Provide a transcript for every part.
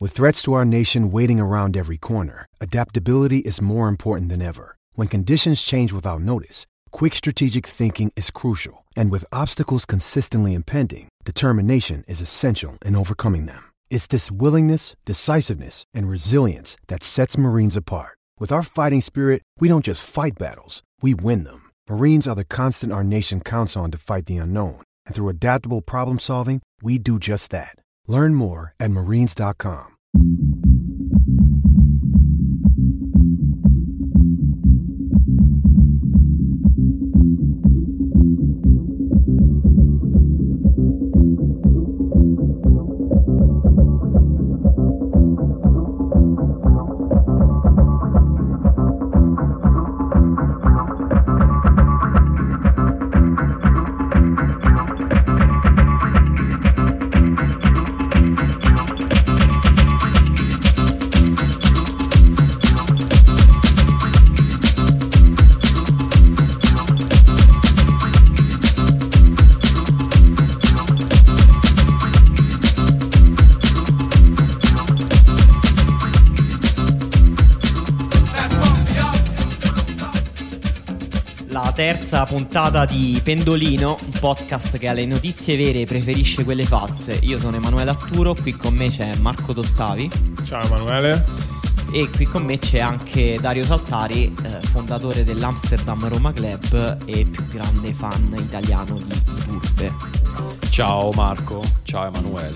With threats to our nation waiting around every corner, adaptability is more important than ever. When conditions change without notice, quick strategic thinking is crucial. And with obstacles consistently impending, determination is essential in overcoming them. It's this willingness, decisiveness, and resilience that sets Marines apart. With our fighting spirit, we don't just fight battles, we win them. Marines are the constant our nation counts on to fight the unknown. And through adaptable problem solving, we do just that. Learn more at marines.com. Terza puntata di Pendolino, un podcast che alle notizie vere preferisce quelle false. Io sono Emanuele Atturo, qui con me c'è Marco Dottavi. Ciao Emanuele. E qui con me c'è anche Dario Saltari, fondatore dell'Amsterdam Roma Club e più grande fan italiano di Turpe. Ciao Marco, ciao Emanuele.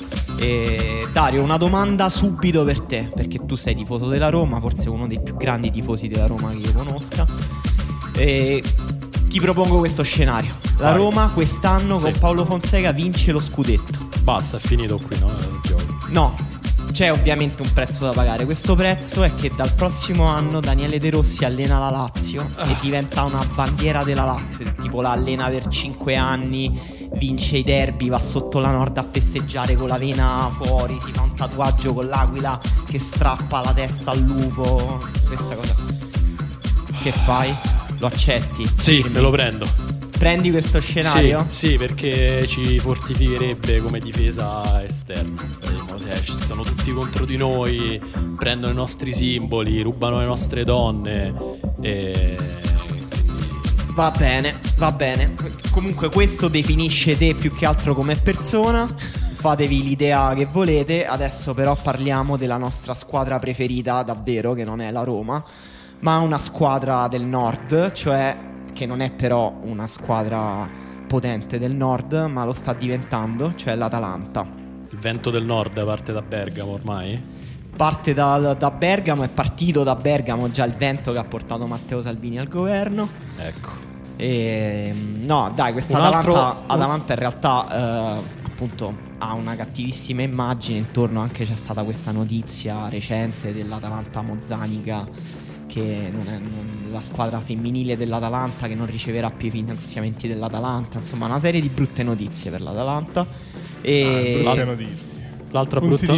E Dario, una domanda subito per te, perché tu sei tifoso della Roma, forse uno dei più grandi tifosi della Roma che io conosca. E ti propongo questo scenario. La Vai. Roma quest'anno Sì. con Paolo Fonseca vince lo scudetto. Basta, è finito qui, no? Il gioco. No, c'è ovviamente un prezzo da pagare. Questo prezzo è che dal prossimo anno Daniele De Rossi allena la Lazio e diventa una bandiera della Lazio. Tipo la allena per 5 anni, vince i derby, va sotto la Nord a festeggiare con la vena fuori, si fa un tatuaggio con l'aquila che strappa la testa al lupo. Questa cosa. Che fai? Lo accetti? Sì, Firmi? me lo prendo. Prendi questo scenario? Sì, perché ci fortificherebbe come difesa esterna. Se ci sono tutti contro di noi, prendono i nostri simboli, rubano le nostre donne e... Va bene. Comunque questo definisce te più che altro come persona. Fatevi l'idea che volete. Adesso però parliamo della nostra squadra preferita, davvero, che non è la Roma, ma una squadra del nord, cioè che non è però una squadra potente del nord, ma lo sta diventando, cioè l'Atalanta. Il vento del nord parte da Bergamo ormai? Parte da Bergamo, è partito da Bergamo già il vento che ha portato Matteo Salvini al governo. Ecco. E, no, dai, questa Atalanta in realtà appunto ha una cattivissima immagine. Intorno anche c'è stata questa notizia recente dell'Atalanta mozzanica, che la squadra femminile dell'Atalanta che non riceverà più i finanziamenti dell'Atalanta. Insomma, una serie di brutte notizie per l'Atalanta. Brutte notizie. L'altra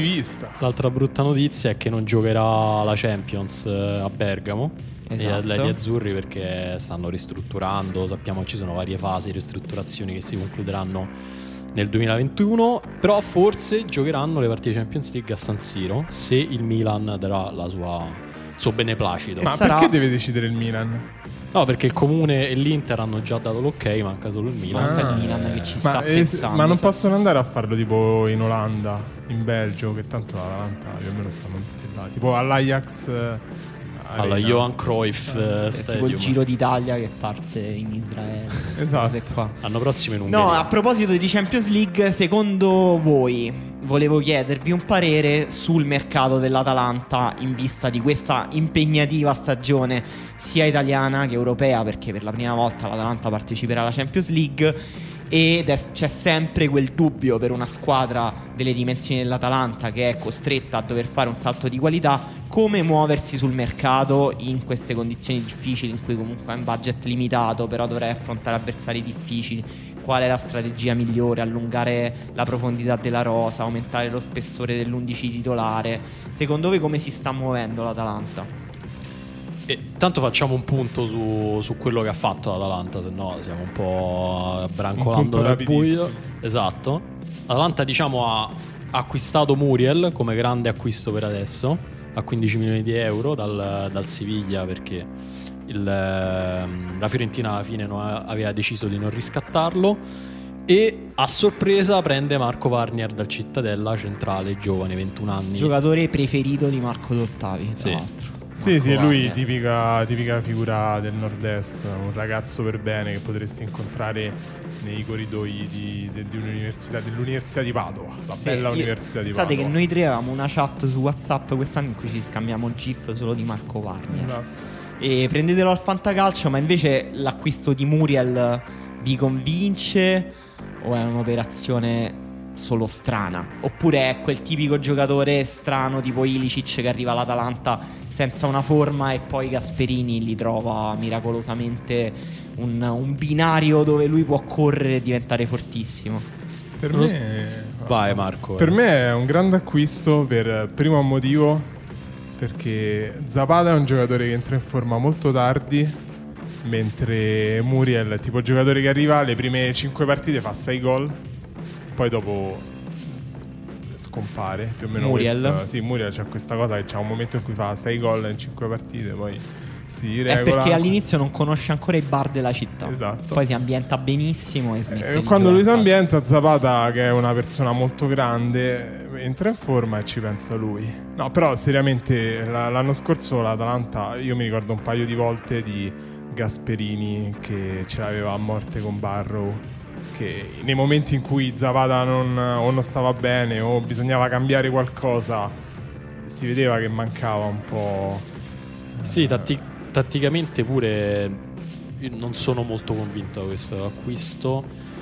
brutta notizia è che non giocherà la Champions a Bergamo. Esatto. Gli azzurri, perché stanno ristrutturando. Sappiamo che ci sono varie fasi di ristrutturazioni che si concluderanno nel 2021. Però forse giocheranno le partite Champions League a San Siro, se il Milan darà il suo beneplacito. Ma perché deve decidere il Milan? No, perché il Comune e l'Inter hanno già dato l'ok, manca solo il Milan. Manca il Milan che ci sta pensando. Ma non possono andare a farlo tipo in Olanda, in Belgio, che tanto l'Atalanta più o meno stanno tutti là, tipo all'Ajax alla Johan Cruyff Stadium. Tipo il Giro d'Italia che parte in Israele. Esatto. Qua. L'anno prossimo in Ungheria. No, a proposito di Champions League, secondo voi, volevo chiedervi un parere sul mercato dell'Atalanta in vista di questa impegnativa stagione sia italiana che europea, perché per la prima volta l'Atalanta parteciperà alla Champions League. Ed c'è sempre quel dubbio per una squadra delle dimensioni dell'Atalanta, che è costretta a dover fare un salto di qualità, come muoversi sul mercato in queste condizioni difficili, in cui comunque hai un budget limitato, però dovrai affrontare avversari difficili. Qual è la strategia migliore? Allungare la profondità della rosa, aumentare lo spessore dell'11 titolare? Secondo voi come si sta muovendo l'Atalanta? E tanto facciamo un punto su quello che ha fatto l'Atalanta, se no stiamo un po' brancolando nel buio. Esatto. L'Atalanta, diciamo, ha ha acquistato Muriel come grande acquisto per adesso a 15 milioni di euro dal Siviglia, perché la Fiorentina alla fine aveva deciso di non riscattarlo, e a sorpresa prende Marco Varnier dal Cittadella, centrale, giovane, 21 anni, giocatore preferito di Marco Dottavi, tra l'altro. Sì, lui tipica figura del nord-est, un ragazzo per bene che potresti incontrare nei corridoi dell'Università di Padova, la bella Università di Padova. Pensate che noi tre avevamo una chat su WhatsApp quest'anno in cui ci scambiamo il GIF solo di Marco Varnier. Esatto. E prendetelo al Fantacalcio, ma invece l'acquisto di Muriel vi convince o è un'operazione solo strana? Oppure è quel tipico giocatore strano tipo Ilicic che arriva all'Atalanta senza una forma e poi Gasperini gli trova miracolosamente un binario dove lui può correre e diventare fortissimo? Vai Marco. Per me è un grande acquisto per primo motivo, perché Zapata è un giocatore che entra in forma molto tardi, mentre Muriel è tipo giocatore che arriva alle prime 5 partite, fa 6 gol, poi dopo scompare più o meno. Muriel? Muriel c'ha questa cosa che c'ha un momento in cui fa 6 gol in 5 partite, poi si È regola. perché all'inizio non conosce ancora i bar della città. Esatto. Poi si ambienta benissimo e smette di quando lui si giocare. ambienta, Zapata, che è una persona molto grande, entra in forma e ci pensa lui. No, però seriamente l'anno scorso l'Atalanta, io mi ricordo un paio di volte di Gasperini che ce l'aveva a morte con Barrow, che nei momenti in cui Zapata non stava bene o bisognava cambiare qualcosa, si vedeva che mancava un po'. Sì, tatticamente pure io non sono molto convinto da questo acquisto,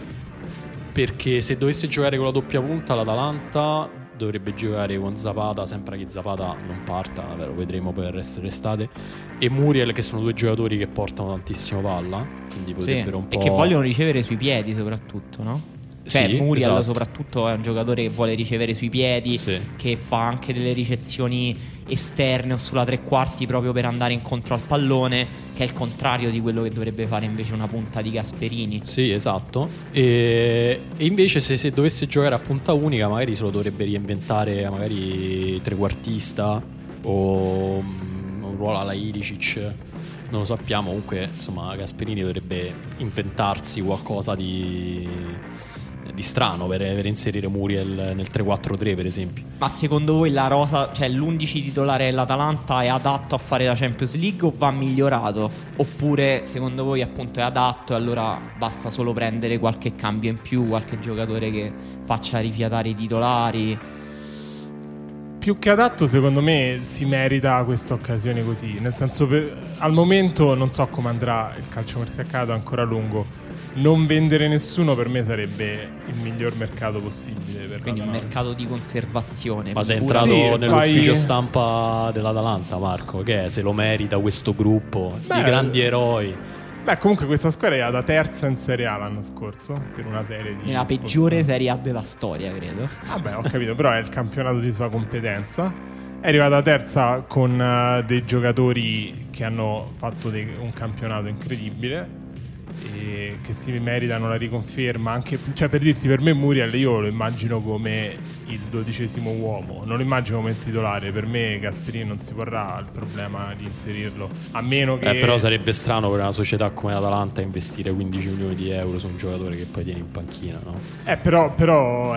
perché se dovesse giocare con la doppia punta l'Atalanta dovrebbe giocare con Zapata, sempre che Zapata non parta, lo vedremo per il resto dell'estate, e Muriel, che sono due giocatori che portano tantissimo palla, quindi potrebbero un po'... E che vogliono ricevere sui piedi soprattutto, no? Cioè Sì, Muriel esatto. soprattutto è un giocatore che vuole ricevere sui piedi, Sì. che fa anche delle ricezioni esterne o sulla tre quarti proprio per andare incontro al pallone, che è il contrario di quello che dovrebbe fare invece una punta di Gasperini. Sì, esatto. E invece se dovesse giocare a punta unica magari se lo dovrebbe reinventare, magari trequartista o un ruolo alla Ilicic, non lo sappiamo. Comunque insomma Gasperini dovrebbe inventarsi qualcosa di strano per inserire Muriel nel 3-4-3 per esempio. Ma secondo voi la rosa, cioè l'11 titolare dell'Atalanta è adatto a fare la Champions League o va migliorato? Oppure secondo voi appunto è adatto e allora basta solo prendere qualche cambio in più, qualche giocatore che faccia rifiatare i titolari? Più che adatto, secondo me si merita questa occasione così. Nel senso, al momento non so come andrà il calciomercato, è ancora lungo. Non vendere nessuno per me sarebbe il miglior mercato possibile per Quindi un mercato di conservazione. Ma sei Pure- entrato Sì, nell'ufficio stampa dell'Atalanta, Marco, che è, se lo merita questo gruppo, Beh, i grandi eroi. Beh, comunque questa squadra era da terza in Serie A l'anno scorso, per una serie di nella peggiore spostamenti. Serie A della storia, credo. Vabbè, ho capito, però è il campionato di sua competenza. È arrivata terza con dei giocatori che hanno fatto un campionato incredibile e che si meritano la riconferma. Anche, cioè, per dirti, per me Muriel io lo immagino come il 12° uomo, non lo immagino come il titolare. Per me Gasperini non si porrà il problema di inserirlo, a meno che... Però sarebbe strano per una società come l'Atalanta investire 15 milioni di euro su un giocatore che poi tiene in panchina, no? Però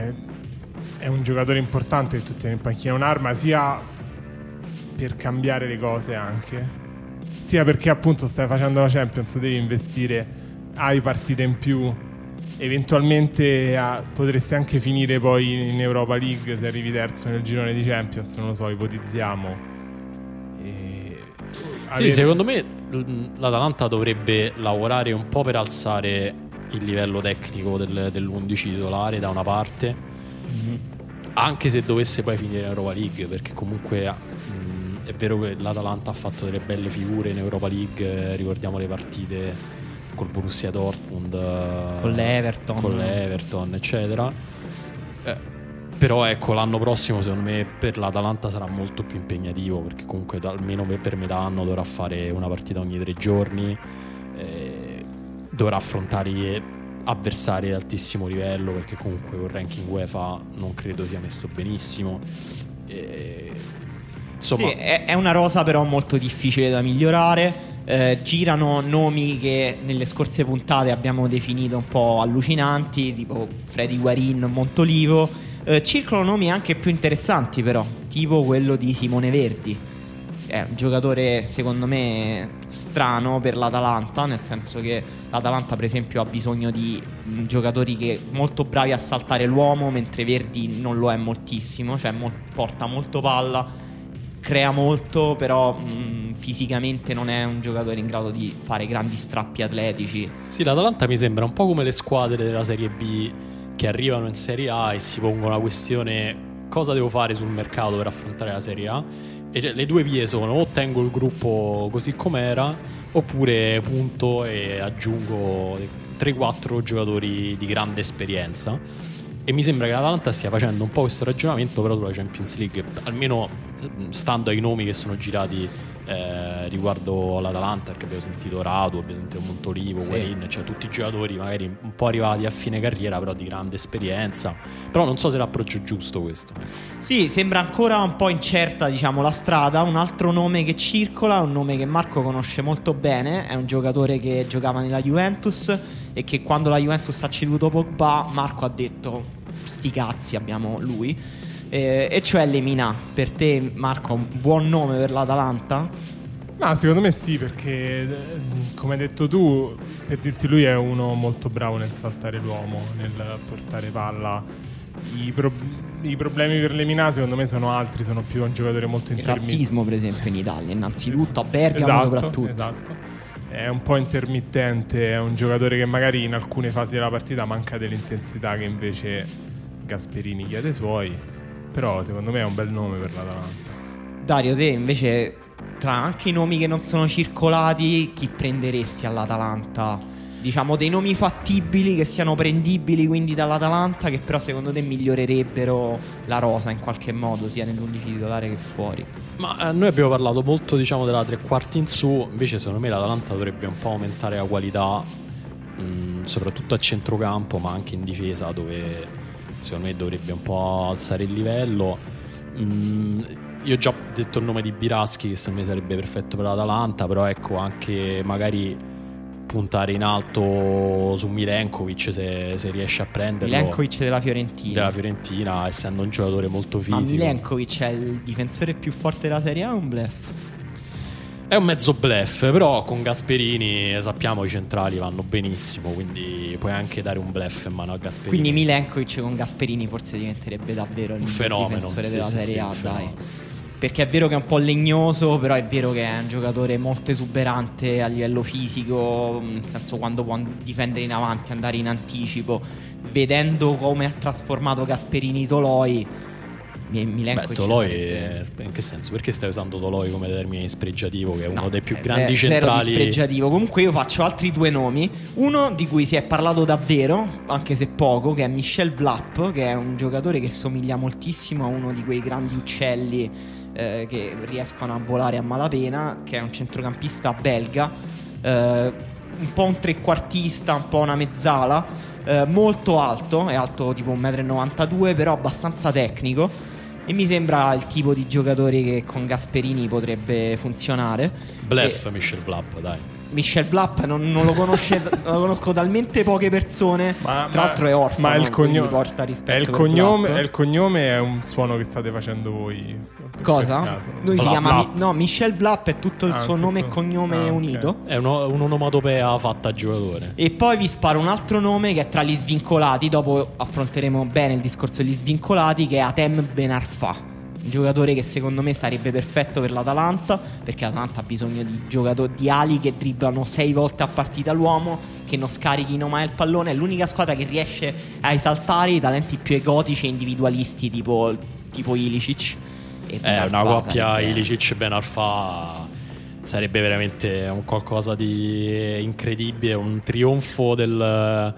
è un giocatore importante che tu tieni in panchina, è un'arma sia per cambiare le cose anche, sia perché appunto stai facendo la Champions, devi investire, hai partite in più, eventualmente potresti anche finire poi in Europa League se arrivi terzo nel girone di Champions, non lo so, ipotizziamo. Sì, secondo me l'Atalanta dovrebbe lavorare un po' per alzare il livello tecnico dell'11 titolare da una parte, anche se dovesse poi finire in Europa League, perché comunque è vero che l'Atalanta ha fatto delle belle figure in Europa League, ricordiamo le partite col Borussia Dortmund, Con l'Everton, eccetera. Però ecco, l'anno prossimo secondo me per l'Atalanta sarà molto più impegnativo, perché comunque almeno per metà anno dovrà fare una partita ogni 3 giorni, dovrà affrontare avversari di altissimo livello, perché comunque col ranking UEFA non credo sia messo benissimo. Insomma, sì, è una rosa però molto difficile da migliorare. Girano nomi che nelle scorse puntate abbiamo definito un po' allucinanti, tipo Freddy Guarin, Montolivo. Circolano nomi anche più interessanti però, tipo quello di Simone Verdi. È un giocatore secondo me strano per l'Atalanta, nel senso che l'Atalanta per esempio ha bisogno di giocatori che molto bravi a saltare l'uomo, mentre Verdi non lo è moltissimo, cioè porta molto palla, crea molto, però fisicamente non è un giocatore in grado di fare grandi strappi atletici. sì, l'Atalanta mi sembra un po' come le squadre della Serie B che arrivano in Serie A e si pongono la questione: cosa devo fare sul mercato per affrontare la Serie A? E cioè, le due vie sono: o tengo il gruppo così com'era, oppure punto e aggiungo 3-4 giocatori di grande esperienza. E mi sembra che l'Atalanta stia facendo un po' questo ragionamento però sulla Champions League, almeno stando ai nomi che sono girati riguardo all'Atalanta, perché abbiamo sentito Radu, abbiamo sentito Montolivo, sì, Wayne, cioè tutti giocatori magari un po' arrivati a fine carriera però di grande esperienza. Però non so se l'approccio è giusto questo. Sì, sembra ancora un po' incerta, diciamo, la strada. Un altro nome che circola, un nome che Marco conosce molto bene, è un giocatore che giocava nella Juventus e che quando la Juventus ha ceduto Pogba, Marco ha detto: sti cazzi, abbiamo lui. E cioè Lemina. Per te, Marco, un buon nome per l'Atalanta? No, secondo me sì, perché come hai detto tu, per dirti, lui è uno molto bravo nel saltare l'uomo, nel portare palla. I problemi per Lemina secondo me sono altri, sono più un giocatore molto Il intermittente. razzismo per esempio in Italia, innanzitutto a Bergamo, Esatto, soprattutto. esatto. È un po' intermittente, è un giocatore che magari in alcune fasi della partita manca dell'intensità che invece Gasperini chiede ai suoi. Però secondo me è un bel nome per l'Atalanta. Dario, te invece, tra anche i nomi che non sono circolati, chi prenderesti all'Atalanta? Diciamo dei nomi fattibili, che siano prendibili quindi dall'Atalanta, che però secondo te migliorerebbero la rosa in qualche modo, sia nell'11 titolare che fuori. Ma noi abbiamo parlato molto, diciamo, della tre quarti in su. Invece secondo me l'Atalanta dovrebbe un po' aumentare la qualità, soprattutto a centrocampo, ma anche in difesa, dove secondo me dovrebbe un po' alzare il livello. Io ho già detto il nome di Biraschi, che secondo me sarebbe perfetto per l'Atalanta, però ecco, anche magari puntare in alto su Milenkovic, se riesce a prenderlo. Milenkovic della Fiorentina, essendo un giocatore molto ma fisico. Milenkovic è il difensore più forte della Serie A o un bluff? È un mezzo bluff, però con Gasperini sappiamo i centrali vanno benissimo, quindi puoi anche dare un bluff in mano a Gasperini. Quindi Milenkovic con Gasperini forse diventerebbe davvero il fenomeno, difensore sì, della sì, Serie A, sì, dai. Perché è vero che è un po' legnoso, però è vero che è un giocatore molto esuberante a livello fisico, nel senso, quando può difendere in avanti, andare in anticipo. Vedendo come ha trasformato Gasperini Toloi, Milenkovic. Beh, Toloi in che senso? Perché stai usando Toloi come termine dispregiativo, che è uno dei più grandi zero centrali? dispregiativo. Comunque io faccio altri due nomi. Uno di cui si è parlato davvero, anche se poco, che è Michel Vlap, che è un giocatore che somiglia moltissimo a uno di quei grandi uccelli che riescono a volare a malapena, che è un centrocampista belga, un po' un trequartista, un po' una mezzala, molto alto, è alto tipo 1,92 m, però abbastanza tecnico, e mi sembra il tipo di giocatore che con Gasperini potrebbe funzionare. Bluff, Michel Vlap, dai. Michel Vlap non lo conosce, lo conosco talmente poche persone. Tra l'altro è orfano, ma il cognome porta rispetto è il per cognome, Vlap. è il cognome, è un suono che state facendo voi. Cosa? Lui si chiama Vlap. no, Michel Vlap è tutto il suo tutto. nome e cognome Okay. unito. È un'onomatopea fatta a giocatore. E poi vi sparo un altro nome che è tra gli svincolati. Dopo affronteremo bene il discorso degli svincolati, che è Hatem Ben Arfa, un giocatore che secondo me sarebbe perfetto per l'Atalanta, perché l'Atalanta ha bisogno di giocatori, di ali che dribblano 6 volte a partita l'uomo, che non scarichino mai il pallone. È l'unica squadra che riesce a esaltare i talenti più egotici e individualisti, tipo Ilicic. È una coppia Ilicic-Ben Arfa sarebbe veramente un qualcosa di incredibile, un trionfo del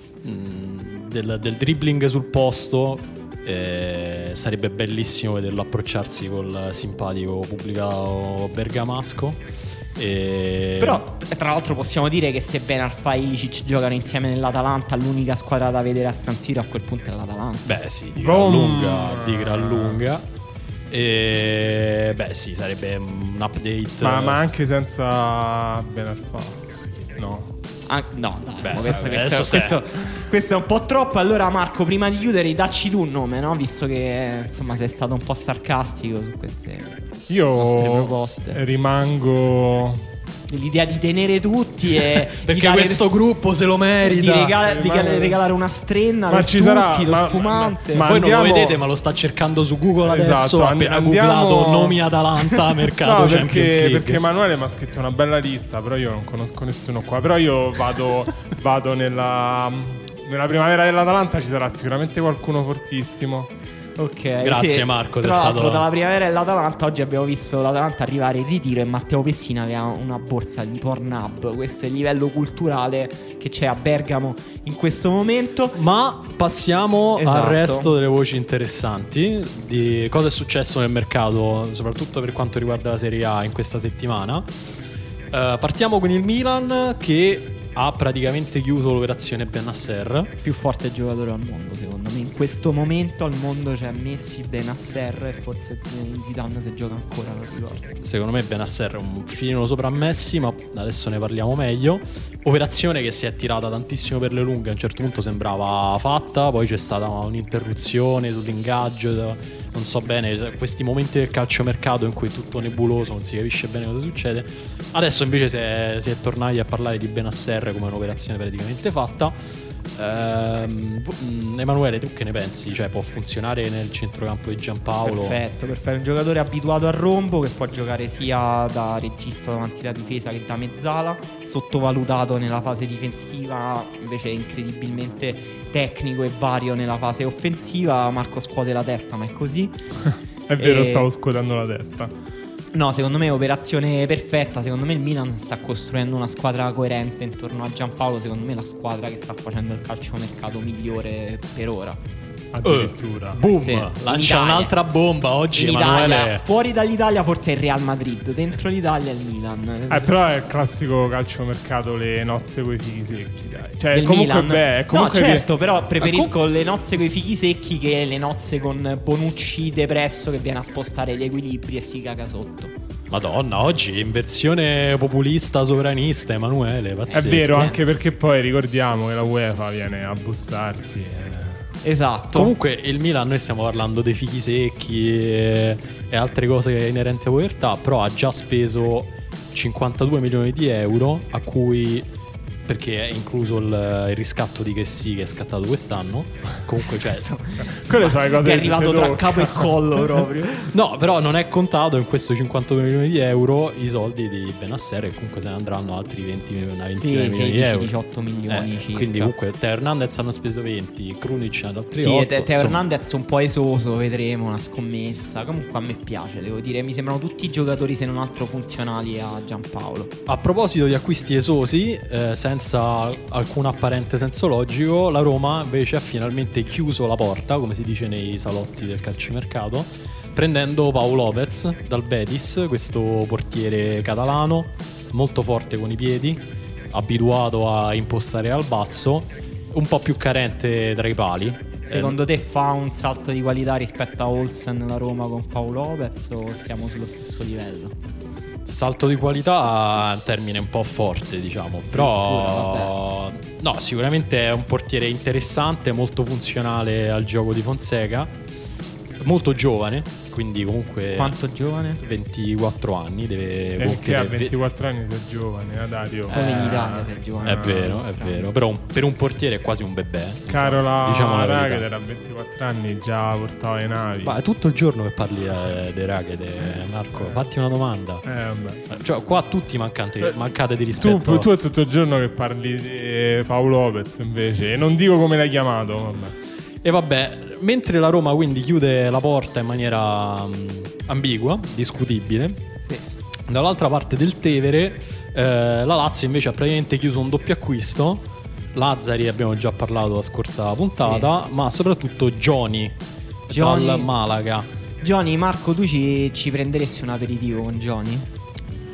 dribbling sul posto. Sarebbe bellissimo vederlo approcciarsi col simpatico pubblico bergamasco. Però tra l'altro possiamo dire che se Ben Arfa e Ilicic giocano insieme nell'Atalanta, l'unica squadra da vedere a San Siro a quel punto è l'Atalanta. Beh sì, di gran lunga. E beh sì, sarebbe un update. Ma anche senza Ben Arfa. No. No, dai, Beh, questo è un po' troppo. Allora Marco, prima di chiudere, dacci tu un nome, no? Visto che insomma sei stato un po' sarcastico su queste nostre proposte. Rimango l'idea di tenere tutti e perché questo gruppo se lo merita di regalare una strenna ma per ci tutti, sarà, lo spumante. ma voi andiamo... non lo vedete, ma lo sta cercando su Google adesso. Esatto, appena andiamo... googlato nomi Atalanta mercato no, Champions League. perché Emanuele mi ha scritto una bella lista, però io non conosco nessuno qua. Però io vado nella primavera dell'Atalanta, ci sarà sicuramente qualcuno fortissimo. Ok, grazie sì. Marco. Tra l'altro dalla primavera dell'Atalanta oggi abbiamo visto l'Atalanta arrivare in ritiro e Matteo Pessina aveva una borsa di Pornhub. Questo è il livello culturale che c'è a Bergamo in questo momento. Ma passiamo Esatto. al resto delle voci interessanti di cosa è successo nel mercato, soprattutto per quanto riguarda la Serie A in questa settimana. Partiamo con il Milan che ha praticamente chiuso l'operazione Bennacer. Più forte giocatore al mondo, secondo me. In questo momento al mondo c'è Messi, Bennacer e forse Zidane se gioca ancora, non ricordo. Secondo me Bennacer è un filino sopra Messi, ma adesso ne parliamo meglio. Operazione che si è tirata tantissimo per le lunghe. A un certo punto sembrava fatta, poi c'è stata un'interruzione sull'ingaggio. Non so bene, questi momenti del calciomercato in cui è tutto nebuloso, non si capisce bene cosa succede. Adesso invece si è tornati a parlare di Bennacer come un'operazione praticamente fatta. Emanuele, tu che ne pensi? Cioè, può funzionare nel centrocampo di Giampaolo? Perfetto, un giocatore abituato al rombo che può giocare sia da regista davanti alla difesa che da mezzala, sottovalutato nella fase difensiva, invece incredibilmente tecnico e vario nella fase offensiva. Marco scuote la testa, ma è così. È vero, stavo scuotendo la testa. No, secondo me è operazione perfetta. Secondo me il Milan sta costruendo una squadra coerente intorno a Giampaolo. Secondo me è la squadra che sta facendo il calciomercato migliore per ora. Addirittura boom, sì, lancia un'altra bomba oggi in Emanuele. Italia, fuori dall'Italia forse è il Real Madrid, dentro l'Italia è il Milan. Però è il classico calciomercato, le nozze coi fighi secchi, dai. Cioè del comunque Milan. beh, comunque no, certo, però preferisco le nozze coi fichi secchi che le nozze con Bonucci depresso che viene a spostare gli equilibri e si caga sotto. Madonna, oggi in versione populista sovranista Emanuele, pazzesco. È vero, anche perché poi ricordiamo che la UEFA viene a bussarti. Esatto. Comunque il Milan, noi stiamo parlando dei fichi secchi e altre cose inerenti a povertà, però ha già speso 52 milioni di euro, a cui, perché è incluso il riscatto di Chessy che è scattato quest'anno. Comunque cioè quelle sono le cose che è arrivato tra capo e collo proprio. No, però non è contato in questo 52 milioni di euro i soldi di Bennacer, e comunque se ne andranno altri 20 milioni di euro. 18 milioni circa. Quindi comunque Teo Hernandez hanno speso 20, Krunic ad altri 8. Sì, Teo Hernandez un po' esoso, vedremo, una scommessa. Comunque a me piace, devo dire, mi sembrano tutti giocatori se non altro funzionali a Giampaolo. A proposito di acquisti esosi, senza alcun apparente senso logico, la Roma invece ha finalmente chiuso la porta, come si dice nei salotti del calciomercato, prendendo Pau Lopez dal Betis, questo portiere catalano molto forte con i piedi, abituato a impostare al basso, un po' più carente tra i pali. Secondo te fa un salto di qualità rispetto a Olsen la Roma con Pau Lopez o siamo sullo stesso livello? Salto di qualità è un termine un po' forte, diciamo, però no, sicuramente è un portiere interessante, molto funzionale al gioco di Fonseca, molto giovane, quindi comunque... Quanto giovane? 24 anni deve perché a 24 anni sei giovane, Dario. Solo in Italia sei giovane. È vero, però per un portiere è quasi un bebè. Carola, diciamo la Racked era a 24 anni, già portava le navi. Ma è tutto il giorno che parli dei Racked, Marco. Fatti una domanda. Vabbè. Cioè, qua tutti mancate di rispetto. Tu è tutto il giorno che parli di Paolo Lopez invece, e non dico come l'hai chiamato, vabbè. E vabbè, mentre la Roma quindi chiude la porta in maniera ambigua, discutibile, sì. Dall'altra parte del Tevere la Lazio invece ha praticamente chiuso un doppio acquisto. Lazzari abbiamo già parlato la scorsa puntata, sì. Ma soprattutto Johnny dal Malaga. Johnny, Marco, tu ci prenderesti un aperitivo con Johnny?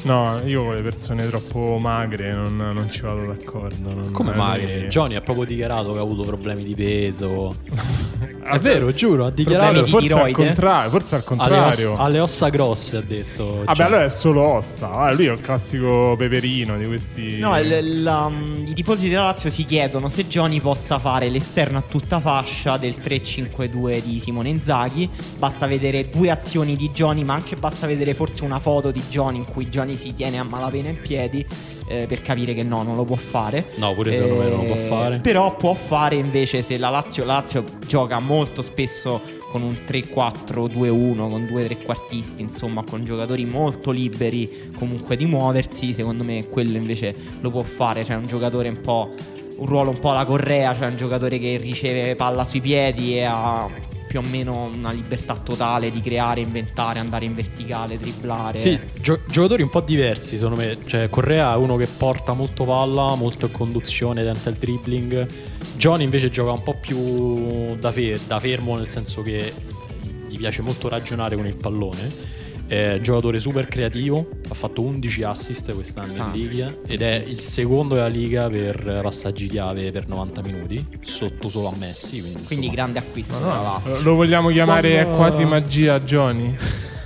No, io con le persone troppo magre non ci vado d'accordo. Come magre? Johnny ha proprio dichiarato che ha avuto problemi di peso. È vero, giuro, ha dichiarato. Forse al contrario. Alle ossa grosse ha detto. Vabbè, allora è solo ossa. Lui è il classico peperino di questi. No, i tifosi della Lazio si chiedono se Johnny possa fare l'esterno a tutta fascia del 3-5-2 di Simone Inzaghi. Basta vedere 2 azioni di Johnny, ma anche basta vedere forse una foto di Johnny in cui Johnny si tiene a malapena in piedi, per capire che no, non lo può fare. No, pure secondo me non lo può fare. Però può fare invece se la Lazio gioca molto spesso con un 3-4-2-1, con 2 trequartisti, insomma con giocatori molto liberi comunque di muoversi. Secondo me quello invece lo può fare. Cioè un giocatore un ruolo un po' alla Correa, cioè un giocatore che riceve palla sui piedi e ha più o meno una libertà totale di creare, inventare, andare in verticale, dribblare. Sì, giocatori un po' diversi secondo me. Cioè Correa è uno che porta molto palla, molto in conduzione, tenta il dribbling. Johnny invece gioca un po' più da fermo, nel senso che gli piace molto ragionare con il pallone. È giocatore super creativo, ha fatto 11 assist quest'anno in Liga ed è il secondo della Liga per passaggi chiave per 90 minuti, sotto solo a Messi. Quindi grande acquisto della Lazio. Lo vogliamo chiamare quasi magia Johnny?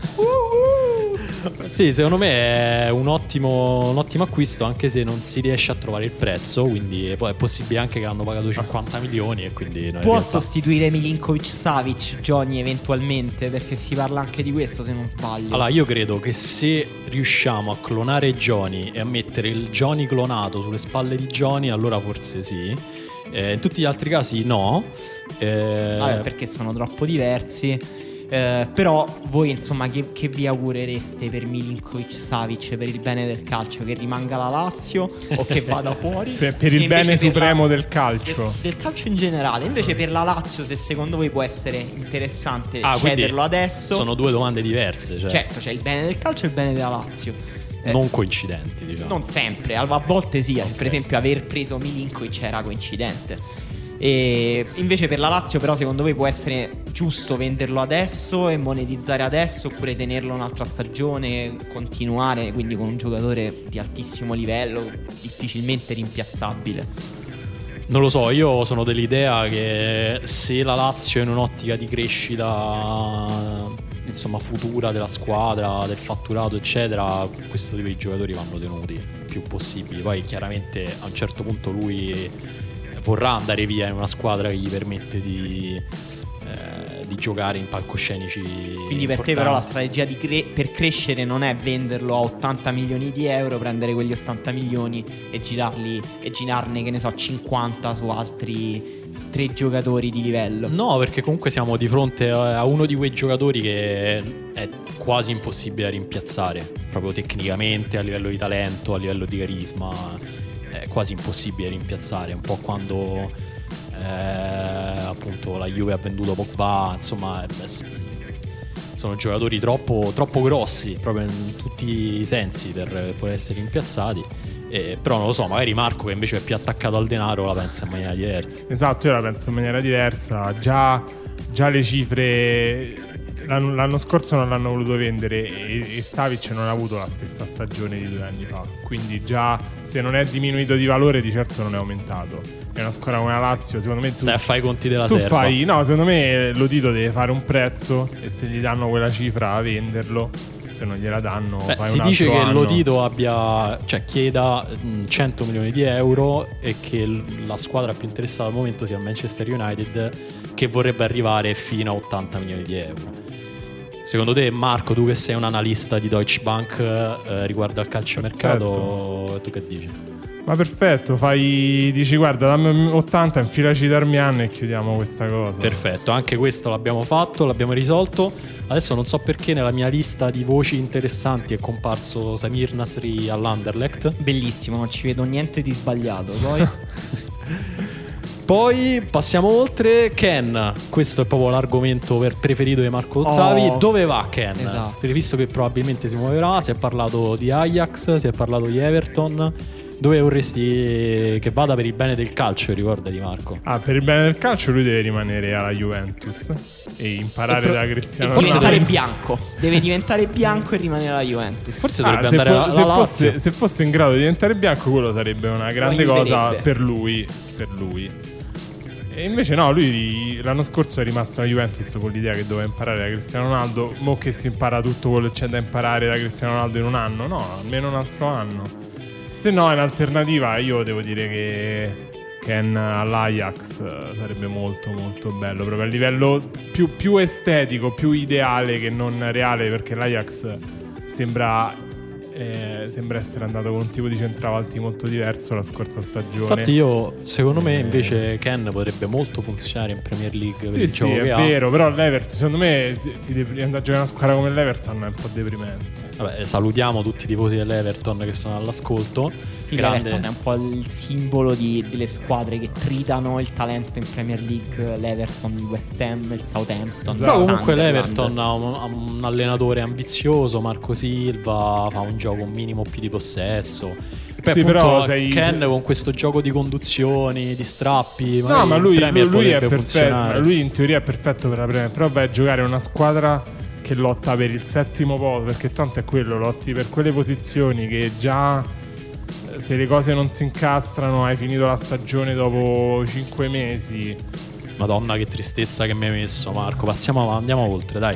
Sì, secondo me è un ottimo acquisto, anche se non si riesce a trovare il prezzo, quindi poi è possibile anche che hanno pagato 50 milioni e quindi può sostituire Milinkovic-Savic Johnny eventualmente, perché si parla anche di questo se non sbaglio. Allora io credo che se riusciamo a clonare Johnny e a mettere il Johnny clonato sulle spalle di Johnny, allora forse sì. In tutti gli altri casi no. Perché sono troppo diversi. Però voi insomma che vi augurereste per Milinkovic-Savic, per il bene del calcio? Che rimanga la Lazio o che vada fuori? per il bene supremo del calcio, del calcio in generale. Invece per la Lazio, se secondo voi può essere interessante cederlo adesso. Sono 2 domande diverse, cioè. Certo, c'è il bene del calcio e il bene della Lazio, non coincidenti, diciamo. Non sempre, a volte sì, okay. Per esempio aver preso Milinkovic era coincidente. E invece per la Lazio però secondo voi può essere giusto venderlo adesso e monetizzare adesso, oppure tenerlo un'altra stagione, continuare quindi con un giocatore di altissimo livello, difficilmente rimpiazzabile? Non lo so, io sono dell'idea che se la Lazio è in un'ottica di crescita, insomma, futura della squadra, del fatturato eccetera, questo tipo di giocatori vanno tenuti il più possibile. Poi chiaramente a un certo punto lui vorrà andare via in una squadra che gli permette di giocare in palcoscenici. Quindi per te però la strategia per crescere non è venderlo a 80 milioni di euro, prendere quegli 80 milioni e girarne, che ne so, 50 su altri 3 giocatori di livello. No, perché comunque siamo di fronte a uno di quei giocatori che è quasi impossibile da rimpiazzare, proprio tecnicamente, a livello di talento, a livello di carisma. È quasi impossibile rimpiazzare, un po' quando appunto la Juve ha venduto Pogba, insomma sono giocatori troppo grossi proprio in tutti i sensi per poter essere rimpiazzati. Però non lo so, magari Marco, che invece è più attaccato al denaro, la pensa in maniera diversa. Esatto, io la penso in maniera diversa. Già le cifre l'anno scorso non l'hanno voluto vendere e Savic non ha avuto la stessa stagione di 2 anni fa, quindi già se non è diminuito di valore di certo non è aumentato. È una squadra come la Lazio, secondo me stai a fare i conti della serva. No, secondo me Lotito deve fare un prezzo e se gli danno quella cifra a venderlo, se non gliela danno fai si un dice altro che anno. Lotito chieda 100 milioni di euro e che la squadra più interessata al momento sia il Manchester United, che vorrebbe arrivare fino a 80 milioni di euro. Secondo te, Marco, tu che sei un analista di Deutsche Bank riguardo al calciomercato, tu che dici? Ma perfetto, dici guarda, dammi 80, infilaci Darmian e chiudiamo questa cosa. Perfetto, anche questo l'abbiamo fatto, l'abbiamo risolto. Adesso non so perché nella mia lista di voci interessanti è comparso Samir Nasri all'Anderlecht. Bellissimo, non ci vedo niente di sbagliato. Poi passiamo oltre. Ken, questo è proprio l'argomento preferito di Marco Ottavi. Dove va Ken? Esatto. Visto che probabilmente si muoverà, si è parlato di Ajax, si è parlato di Everton. Dove vorresti che vada per il bene del calcio, ricordati Marco? Per il bene del calcio lui deve rimanere alla Juventus e imparare da Cristiano Ronaldo. Diventare bianco. Deve diventare bianco e rimanere alla Juventus. Forse dovrebbe andare alla Lazio. Se fosse in grado di diventare bianco, quello sarebbe una grande cosa per lui. E invece no, lui l'anno scorso è rimasto alla Juventus con l'idea che doveva imparare da Cristiano Ronaldo. Mo che si impara tutto quello che c'è da imparare da Cristiano Ronaldo in un anno? No, almeno un altro anno. Se no, in alternativa, io devo dire che Ken all'Ajax sarebbe molto molto bello, proprio a livello più estetico, più ideale che non reale, perché l'Ajax sembra essere andato con un tipo di centravanti molto diverso la scorsa stagione. Infatti secondo me invece Ken potrebbe molto funzionare in Premier League per il gioco che è vero, però l'Everton secondo me ti devi andare a giocare una squadra come l'Everton è un po' deprimente. Vabbè, salutiamo tutti i tifosi dell'Everton che sono all'ascolto. Sì, l'Everton è un po' il simbolo delle squadre che tritano il talento in Premier League. L'Everton, il West Ham, il Southampton. Però comunque l'Everton ha un allenatore ambizioso, Marco Silva, fa un gioco un minimo più di possesso. E poi appunto Ken con questo gioco di conduzioni, di strappi. No, ma lui è perfetto. Lui in teoria è perfetto per la Premier. Però vai a giocare una squadra che lotta per il 7° posto, perché tanto è quello, lotti per quelle posizioni che già, se le cose non si incastrano, hai finito la stagione dopo 5 mesi. Madonna, che tristezza che mi hai messo, Marco. Andiamo oltre, dai.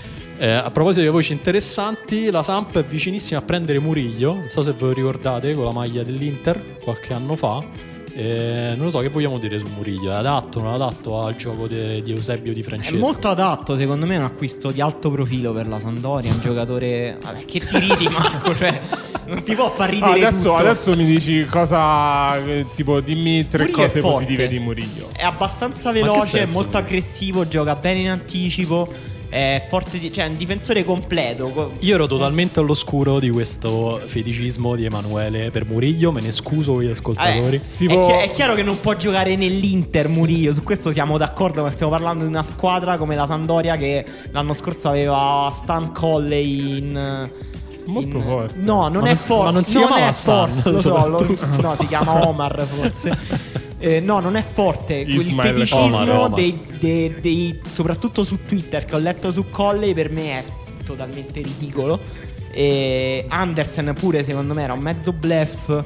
A proposito di voci interessanti, la Samp è vicinissima a prendere Murillo. Non so se ve lo ricordate, con la maglia dell'Inter qualche anno fa. Non lo so, che vogliamo dire su Murillo? È adatto, non adatto al gioco di Eusebio Di Francesco? È molto adatto, secondo me è un acquisto di alto profilo per la Sampdoria. Un giocatore... Vabbè, che ti ridi, Marco, cioè non ti può far ridere adesso mi dici cosa, tipo dimmi 3 Murillo cose positive di Murillo. È abbastanza veloce, è molto aggressivo, gioca bene in anticipo, è forte, cioè è un difensore completo. Io ero totalmente all'oscuro di questo feticismo di Emanuele per Murillo, me ne scuso con gli ascoltatori. È chiaro che non può giocare nell'Inter Murillo, su questo siamo d'accordo, ma stiamo parlando di una squadra come la Sampdoria che l'anno scorso aveva Stan Colley molto forte. No, non è forte. Ma non si chiamava Stan, lo so, no, si chiama Omar forse. No, non è forte. Il feticismo Omar. dei soprattutto su Twitter che ho letto su Colley, per me è totalmente ridicolo. E Andersen pure secondo me era un mezzo bluff.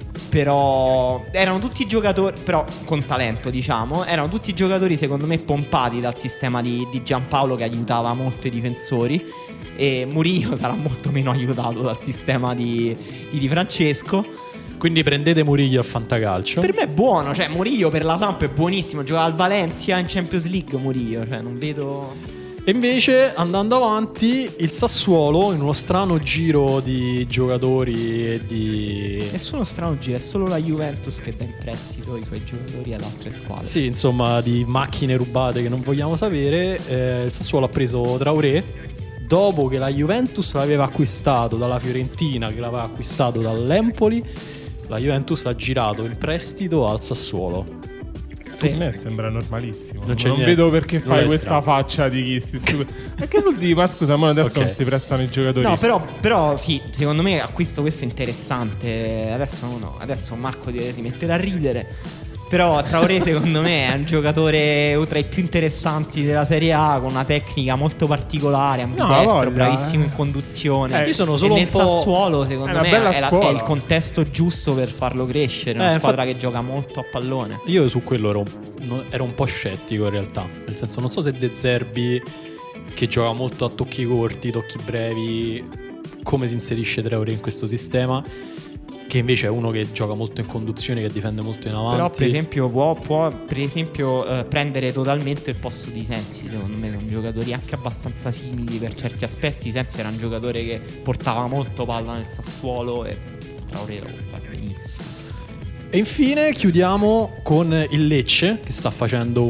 Però erano tutti giocatori, però con talento, diciamo. Erano tutti giocatori secondo me pompati dal sistema di Giampaolo, che aiutava molto i difensori. E Murillo sarà molto meno aiutato dal sistema di Di Francesco. Quindi prendete Murillo al fantacalcio. Per me è buono, cioè Murillo per la Samp è buonissimo. Gioca al Valencia in Champions League Murillo, cioè non vedo. E invece andando avanti, il Sassuolo in uno strano giro di giocatori e di... Nessuno strano giro, è solo la Juventus che dà in prestito i suoi giocatori ad altre squadre. Sì, insomma, di macchine rubate che non vogliamo sapere. Il Sassuolo ha preso Traoré dopo che la Juventus l'aveva acquistato dalla Fiorentina, che l'aveva acquistato dall'Empoli. La Juventus l'ha girato in prestito al Sassuolo. Per me sembra normalissimo. Non niente. vedo perché fai questa faccia di chi si stupido. E che vuol dire? Ma scusa, ma adesso non si prestano i giocatori. No, però sì, secondo me acquisto questo è interessante. Adesso Marco si metterà a ridere. Però Traoré secondo me è un giocatore tra i più interessanti della Serie A, con una tecnica molto particolare, ambidestro, bravissimo in conduzione. Io sono solo e nel Sassuolo secondo me è il contesto giusto per farlo crescere. Una squadra che gioca molto a pallone. Io su quello ero un po' scettico in realtà. Nel senso, non so se De Zerbi, che gioca molto a tocchi corti, tocchi brevi, come si inserisce Traoré in questo sistema, che invece è uno che gioca molto in conduzione, che difende molto in avanti. Però per esempio può prendere totalmente il posto di Sensi. Secondo me sono giocatori anche abbastanza simili per certi aspetti. Sensi era un giocatore che portava molto palla nel Sassuolo e Traoré lo può fare benissimo. E infine chiudiamo con il Lecce, che sta facendo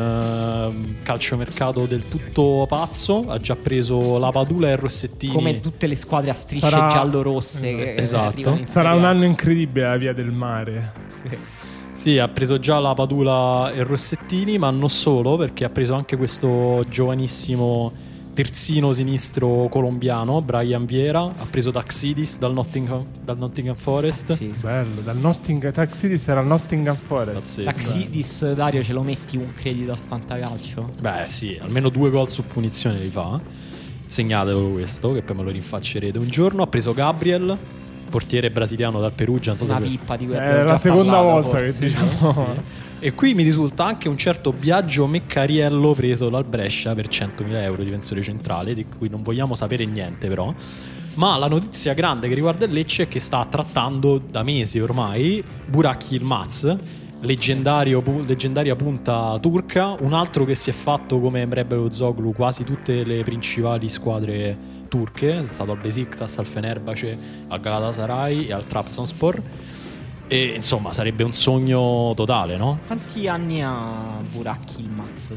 un calciomercato del tutto pazzo. Ha già preso la Padula e Rossettini, come tutte le squadre a strisce giallo-rosse che esatto. Sarà un anno incredibile la via del mare. Sì, ha preso già la Padula e Rossettini, ma non solo, perché ha preso anche questo giovanissimo terzino sinistro colombiano, Brian Vieira, ha preso Taxidis dal Nottingham Forest. Sì. Bello, Taxidis era Nottingham Forest. Pazzesco. Taxidis, Dario, ce lo metti un credito al fantacalcio? Beh sì, almeno 2 gol su punizione li fa. Segnatelo questo, che poi me lo rinfaccerete un giorno. Ha preso Gabriel, portiere brasiliano dal Perugia, non so Una se pippa di È la seconda volta che diciamo. Sì. E qui mi risulta anche un certo Biagio Meccariello preso dal Brescia per 100.000 euro, difensore centrale, di cui non vogliamo sapere niente però. Ma la notizia grande che riguarda il Lecce è che sta trattando da mesi ormai Burak Yilmaz, leggendaria punta turca, un altro che si è fatto, come Emre Belözoğlu, quasi tutte le principali squadre turche. È stato al Besiktas, al Fenerbahce, al Galatasaray e al Trabzonspor. E insomma sarebbe un sogno totale, no? Quanti anni ha Burak Yilmaz?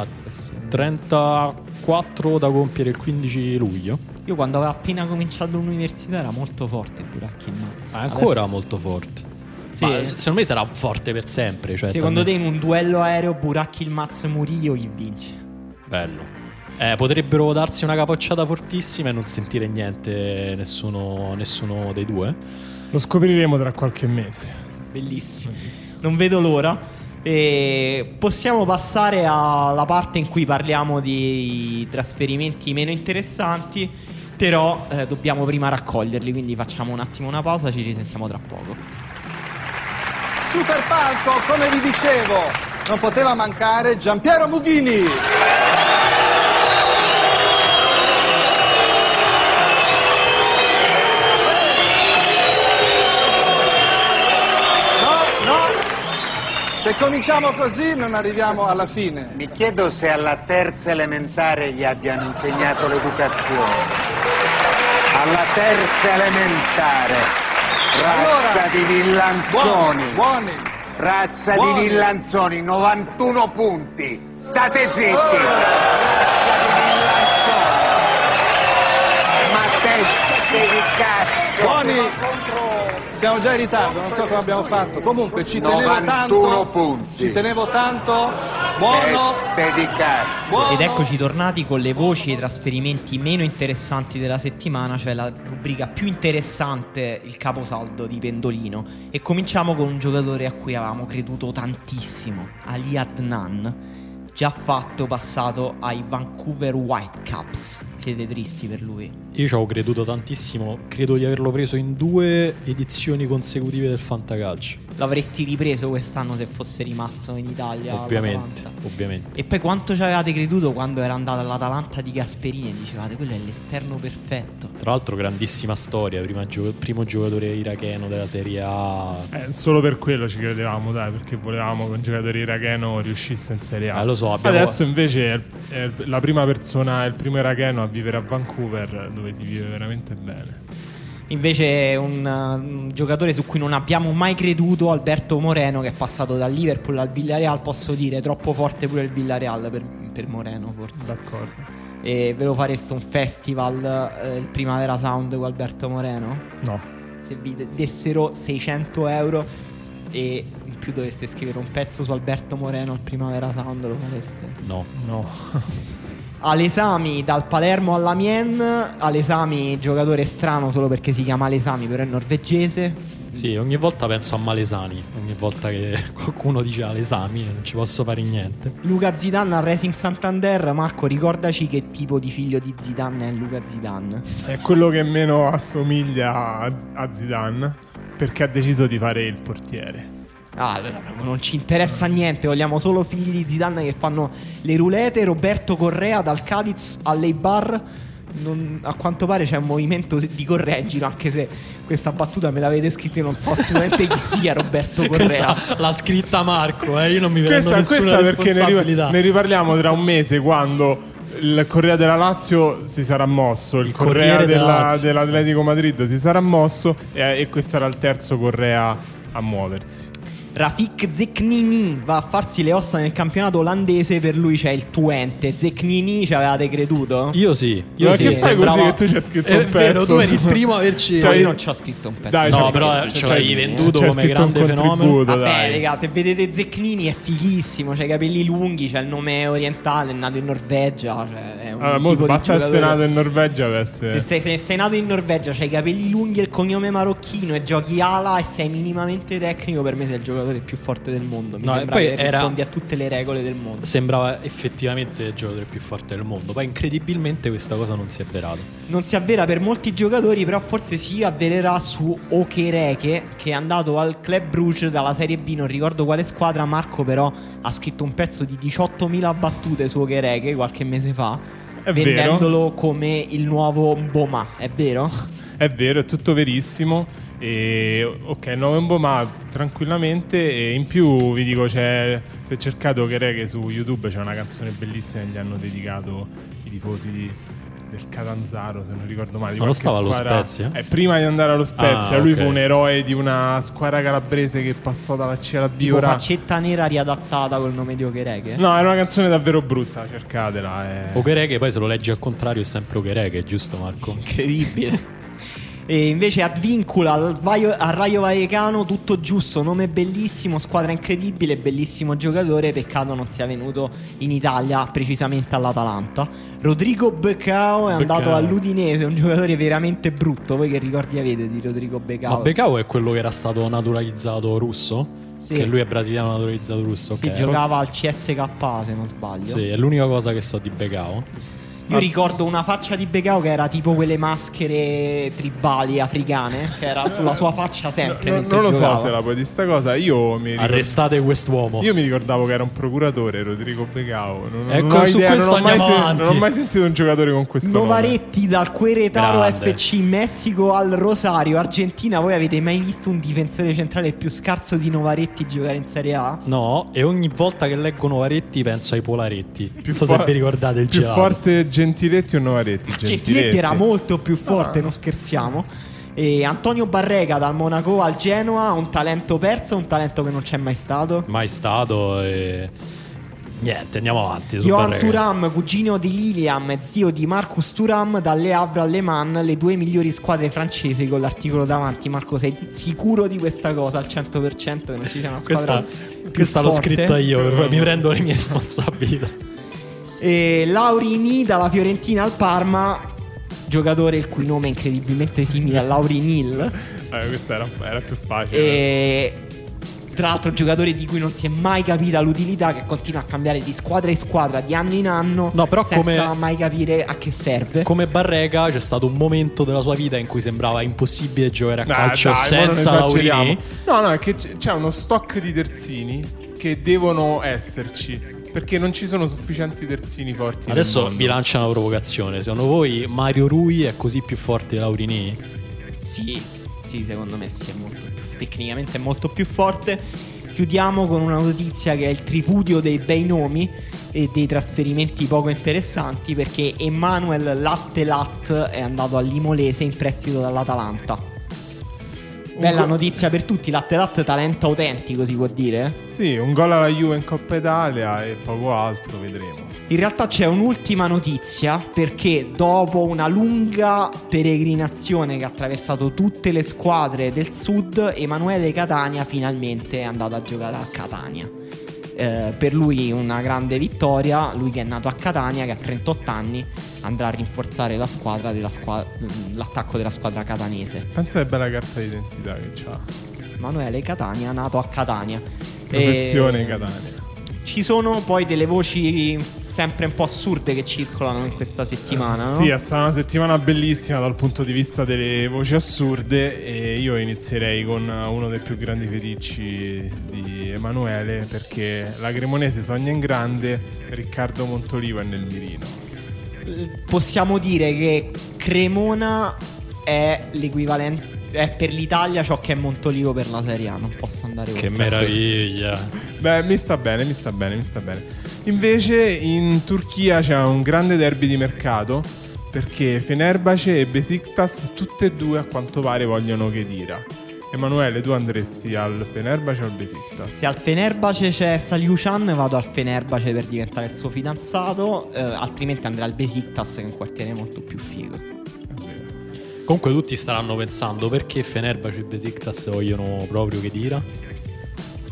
34 da compiere il 15 luglio. Io quando avevo appena cominciato l'università era molto forte Burak Yilmaz. È ancora Adesso... molto forte. Sì. Ma secondo me sarà forte per sempre, cioè, secondo te in un duello aereo Burak Yilmaz Murillo chi vince? Bello. Potrebbero darsi una capocciata fortissima e non sentire niente nessuno dei due. Lo scopriremo tra qualche mese. Bellissimo. Non vedo l'ora. E possiamo passare alla parte in cui parliamo di trasferimenti meno interessanti. Però dobbiamo prima raccoglierli, quindi facciamo un attimo una pausa, ci risentiamo tra poco. Super palco, come vi dicevo, non poteva mancare Giampiero Mughini. Se cominciamo così non arriviamo alla fine. Mi chiedo se alla terza elementare gli abbiano insegnato l'educazione. Alla terza elementare. Razza di villanzoni. Buoni. Razza di villanzoni, 91 punti. State zitti. Razza di villanzoni. Ma teste di cazzo. Buoni. Siamo già in ritardo, non so come abbiamo fatto. Comunque ci tenevo tanto. Punti. Ci tenevo tanto. Buono. Teste di cazzo. Buono. Ed eccoci tornati con le voci e i trasferimenti meno interessanti della settimana, cioè la rubrica più interessante, il caposaldo di Pendolino. E cominciamo con un giocatore a cui avevamo creduto tantissimo, Ali Adnan, già passato ai Vancouver Whitecaps. Siete tristi per lui? Io ci ho creduto tantissimo, credo di averlo preso in 2 edizioni consecutive del Fantacalcio. L'avresti ripreso quest'anno se fosse rimasto in Italia? Ovviamente. E poi quanto ci avevate creduto quando era andato all'Atalanta di Gasperini e dicevate quello è l'esterno perfetto? Tra l'altro grandissima storia, primo giocatore iracheno della Serie A. Solo per quello ci credevamo, dai, perché volevamo che un giocatore iracheno riuscisse in Serie A. Lo so, Adesso invece è la prima persona, il primo iracheno a vivere a Vancouver, dove si vive veramente bene. Invece un giocatore su cui non abbiamo mai creduto, Alberto Moreno, che è passato dal Liverpool al Villarreal. Posso dire troppo forte pure il Villarreal per Moreno, forse. D'accordo. E ve lo fareste un festival, il Primavera Sound con Alberto Moreno? No. Se vi dessero 600 euro e in più doveste scrivere un pezzo su Alberto Moreno al Primavera Sound, lo fareste? No. Alesami dal Palermo all'Amiens. Alesami, giocatore strano solo perché si chiama Alesami, però è norvegese. Sì, ogni volta penso a Malesani. Ogni volta che qualcuno dice Alesami non ci posso fare niente. Luca Zidane al Racing Santander. Marco, ricordaci che tipo di figlio di Zidane è Luca Zidane. È quello che meno assomiglia a Zidane, perché ha deciso di fare il portiere. Allora, non ci interessa niente, vogliamo solo figli di Zidane che fanno le roulette. Roberto Correa dal Cadiz all'Eibar. A quanto pare c'è un movimento di correggilo, anche se questa battuta me l'avete scritta e non so assolutamente chi sia Roberto Correa. L'ha scritta Marco, io non mi prendo Questa nessuna perché responsabilità. ne riparliamo tra un mese, quando il Correa della Lazio si sarà mosso, il Correa dell'Atletico Madrid si sarà mosso, e questo era il terzo Correa a muoversi. Rafik Zeknini va a farsi le ossa nel campionato olandese. Per lui c'è il Twente. Zeknini, ci avevate creduto? Io sì. Ma sì, che fai così che tu ci hai scritto un pezzo? Vero, tu eri il primo a averci. Cioè, io non ci ho scritto un pezzo. Dai, no, però ci hai venduto come grande fenomeno. Vabbè, raga, se vedete Zeknini è fighissimo. C'ha i capelli lunghi, c'ha il nome orientale, è nato in Norvegia. Cioè, basta essere nato in Norvegia per essere... Se sei nato in Norvegia, c'hai i capelli lunghi e il cognome marocchino e giochi ala e sei minimamente tecnico, per me sei il giocatore più forte del mondo. Mi sembra che rispondi a tutte le regole del mondo. Sembrava effettivamente il giocatore più forte del mondo. Poi incredibilmente questa cosa non si è avverata. Non si avvera per molti giocatori, però forse si avvererà su Okereke, che è andato al Club Brugge dalla Serie B, non ricordo quale squadra. Marco però ha scritto un pezzo di 18.000 battute su Okereke qualche mese fa, vendendolo come il nuovo Mboma. È vero? È vero, è tutto verissimo. E ok, il nuovo Mboma tranquillamente. E in più vi dico, se cercate Okereke su YouTube c'è una canzone bellissima che gli hanno dedicato i tifosi del Catanzaro, se non ricordo male. Ma non stava allo Spezia? Prima di andare allo Spezia, lui okay. fu un eroe di una squadra calabrese che passò dalla C alla B. Tipo faccetta nera riadattata col nome di Okereke? No, era una canzone davvero brutta, cercatela. Okereke, poi se lo leggi al contrario è sempre Okereke, giusto Marco? Incredibile. E invece Advincula al Rayo Vallecano, tutto giusto, nome bellissimo, squadra incredibile, bellissimo giocatore, peccato non sia venuto in Italia, precisamente all'Atalanta. Rodrigo Becao è andato all'Udinese, un giocatore veramente brutto. Voi che ricordi avete di Rodrigo Becao? Ma Becao è quello che era stato naturalizzato russo? Sì. Che lui è brasiliano naturalizzato russo? Sì, giocava al CSKA se non sbaglio. Sì, è l'unica cosa che so di Becao. Io ricordo una faccia di Becao che era tipo quelle maschere tribali africane, che era sulla sua faccia sempre. Non lo giocava. so se la puoi di sta cosa. Arrestate quest'uomo. Io mi ricordavo che era un procuratore, Rodrigo Becao. Non ho mai sentito un giocatore con questo Novaretti nome. Dal Querétaro Grande. FC Messico al Rosario Argentina. Voi avete mai visto un difensore centrale più scarso di Novaretti giocare in Serie A? No, e ogni volta che leggo Novaretti penso ai Polaretti. Non so se vi ricordate il più gelato. Forte Gentiletti o Novaretti? Gentiletti era molto più forte, non scherziamo. E Antonio Barrega dal Monaco al Genoa, un talento perso, un talento che non c'è mai stato. Mai stato e... Niente, andiamo avanti. Johan Thuram, cugino di Lilian e zio di Marcus Thuram, dalle Havre alle Man, le due migliori squadre francesi, con l'articolo davanti. Marco, sei sicuro di questa cosa al 100% che non ci sia una squadra più questa l'ho forte? scritta io, mi prendo le mie responsabilità. E Laurini dalla Fiorentina al Parma, giocatore il cui nome è incredibilmente simile a Lauri Nil. Questa era più facile. E tra l'altro giocatore di cui non si è mai capita l'utilità, che continua a cambiare di squadra in squadra, di anno in anno, no, però senza mai capire a che serve. Come Barrega c'è stato un momento della sua vita in cui sembrava impossibile giocare a calcio senza Laurini. No, è che c'è uno stock di terzini che devono esserci, perché non ci sono sufficienti terzini forti. Adesso vi lancia una provocazione. Secondo voi Mario Rui è così più forte di Laurini? Sì, secondo me sì, è molto più, tecnicamente è molto più forte. Chiudiamo con una notizia che è il tripudio dei bei nomi e dei trasferimenti poco interessanti, perché Emmanuel Lattelat è andato all'Imolese in prestito dall'Atalanta. Bella notizia per tutti, Lattelat talento autentico, si può dire? Sì, un gol alla Juve in Coppa Italia e poco altro, vedremo. In realtà c'è un'ultima notizia, perché dopo una lunga peregrinazione che ha attraversato tutte le squadre del sud, Emanuele Catania finalmente è andato a giocare a Catania. Per lui una grande vittoria, lui che è nato a Catania, che ha 38 anni, andrà a rinforzare la squadra l'attacco della squadra catanese. Pensa che bella carta d'identità che c'ha. Emanuele Catania, nato a Catania. Professione Catania. Ci sono poi delle voci sempre un po' assurde che circolano in questa settimana, no? Sì, è stata una settimana bellissima dal punto di vista delle voci assurde, e io inizierei con uno dei più grandi feticci di Emanuele, perché la Cremonese sogna in grande, Riccardo Montolivo è nel mirino. Possiamo dire che Cremona è l'equivalente, è per l'Italia ciò che è Montolivo per la Serie A. Non posso andare oltre. Che meraviglia. Beh, mi sta bene. Invece in Turchia c'è un grande derby di mercato, perché Fenerbahce e Besiktas tutte e due a quanto pare vogliono Khedira. Emanuele, tu andresti al Fenerbahce o al Besiktas? Se al Fenerbahce c'è Saliucian, vado al Fenerbahce per diventare il suo fidanzato, altrimenti andrei al Besiktas, che è un quartiere molto più figo. Comunque tutti staranno pensando perché Fenerbahce e Besiktas vogliono proprio Khedira.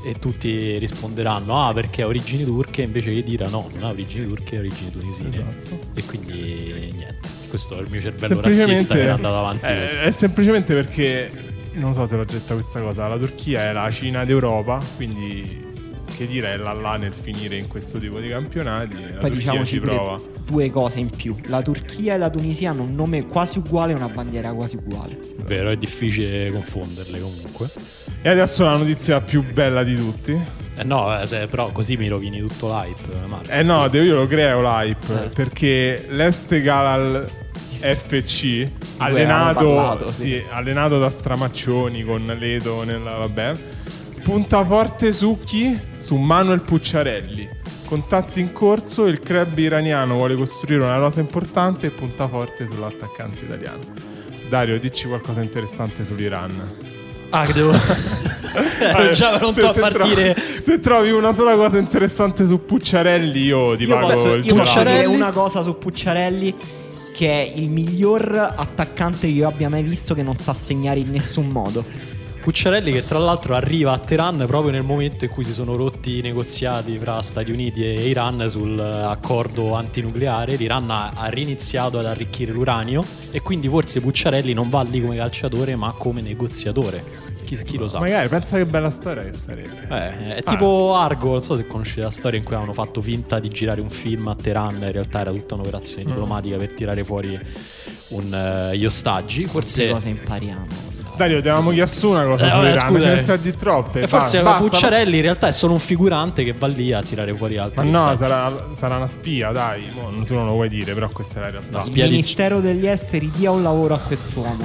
e tutti risponderanno perché ha origini turche, invece che dire no, non ha origini turche, ha origini tunisine. Esatto. E quindi niente, questo è il mio cervello razzista che è andato avanti così. È semplicemente perché non so se l'ho detta questa cosa, la Turchia è la Cina d'Europa, quindi che dire è là nel finire in questo tipo di campionati. La Poi Turchia diciamoci ci prova. pure due cose in più: la Turchia e la Tunisia hanno un nome quasi uguale e una bandiera quasi uguale. Vero, è difficile confonderle comunque. E adesso la notizia più bella di tutti. Però così mi rovini tutto l'hype, Marco. No, io lo creo l'hype perché l'Estegalal FC allenato, sì. allenato da stramaccioni con Leto punta forte su chi? Su Manuel Pucciarelli. Contatti in corso, il club iraniano vuole costruire una rosa importante e punta forte sull'attaccante italiano. Dario, dici qualcosa interessante sull'Iran. Che devo ero già pronto a partire. Se trovi una sola cosa interessante su Pucciarelli, io ti pago il io posso dire Pucciarelli? una cosa su Pucciarelli, che è il miglior attaccante che io abbia mai visto che non sa segnare in nessun modo. Pucciarelli che tra l'altro arriva a Teheran proprio nel momento in cui si sono rotti i negoziati fra Stati Uniti e Iran sull'accordo antinucleare. L'Iran ha riniziato ad arricchire l'uranio e quindi forse Pucciarelli non va lì come calciatore ma come negoziatore. Chi lo sa? Magari, pensa che bella storia che sarebbe. È tipo Argo, non so se conoscete la storia in cui avevano fatto finta di girare un film a Teheran, in realtà era tutta un'operazione diplomatica per tirare fuori gli ostaggi. Forse Che cosa impariamo? Dario, ti avevamo chiesto una cosa sull'Iran, ce ne stai di troppe. Forse Basta, Pucciarelli in realtà è solo un figurante che va lì a tirare fuori altri. Ma no, sarà una spia, dai. Tu non lo vuoi dire, però questa è la realtà. Il Ministero degli Esteri dia un lavoro a quest'uomo.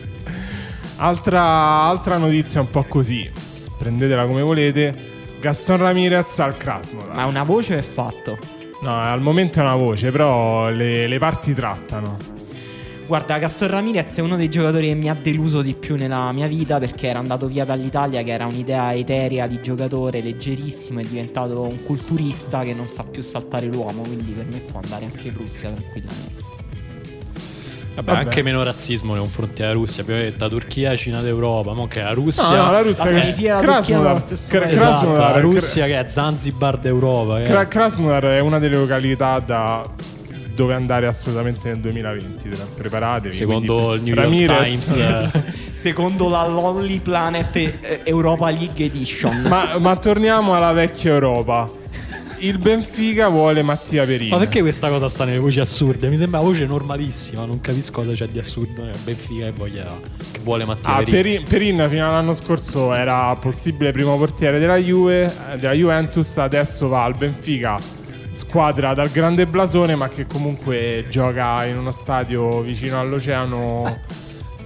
Altra notizia un po' così, prendetela come volete. Gaston Ramirez al Krasnodar. Ma è una voce o è fatto? No, al momento è una voce, però le parti trattano. Guarda, Gaston Ramirez è uno dei giocatori che mi ha deluso di più nella mia vita, perché era andato via dall'Italia, che era un'idea eterea di giocatore, leggerissimo, è diventato un culturista che non sa più saltare l'uomo, quindi per me può andare anche in Russia tranquillamente. Vabbè, anche meno razzismo nei confronti della Russia. Abbiamo detto la Turchia, Cina d'Europa, ma che la Russia. No, la Russia la Tunisia, la Turchia sono lo stesso paese. Esatto, la Russia che è Zanzibar d'Europa. Krasnodar è una delle località dove andare assolutamente nel 2020. Preparatevi. Secondo il New York Times. Secondo la Lonely Planet Europa League Edition. Ma torniamo alla vecchia Europa. Il Benfica vuole Mattia Perin. Ma perché questa cosa sta nelle voci assurde? Mi sembra una voce normalissima. Non capisco cosa c'è di assurdo nel Benfica che vuole Mattia Perin. Perin fino all'anno scorso era possibile primo portiere della Juventus. Adesso va al Benfica, squadra dal grande blasone, ma che comunque gioca in uno stadio vicino all'oceano.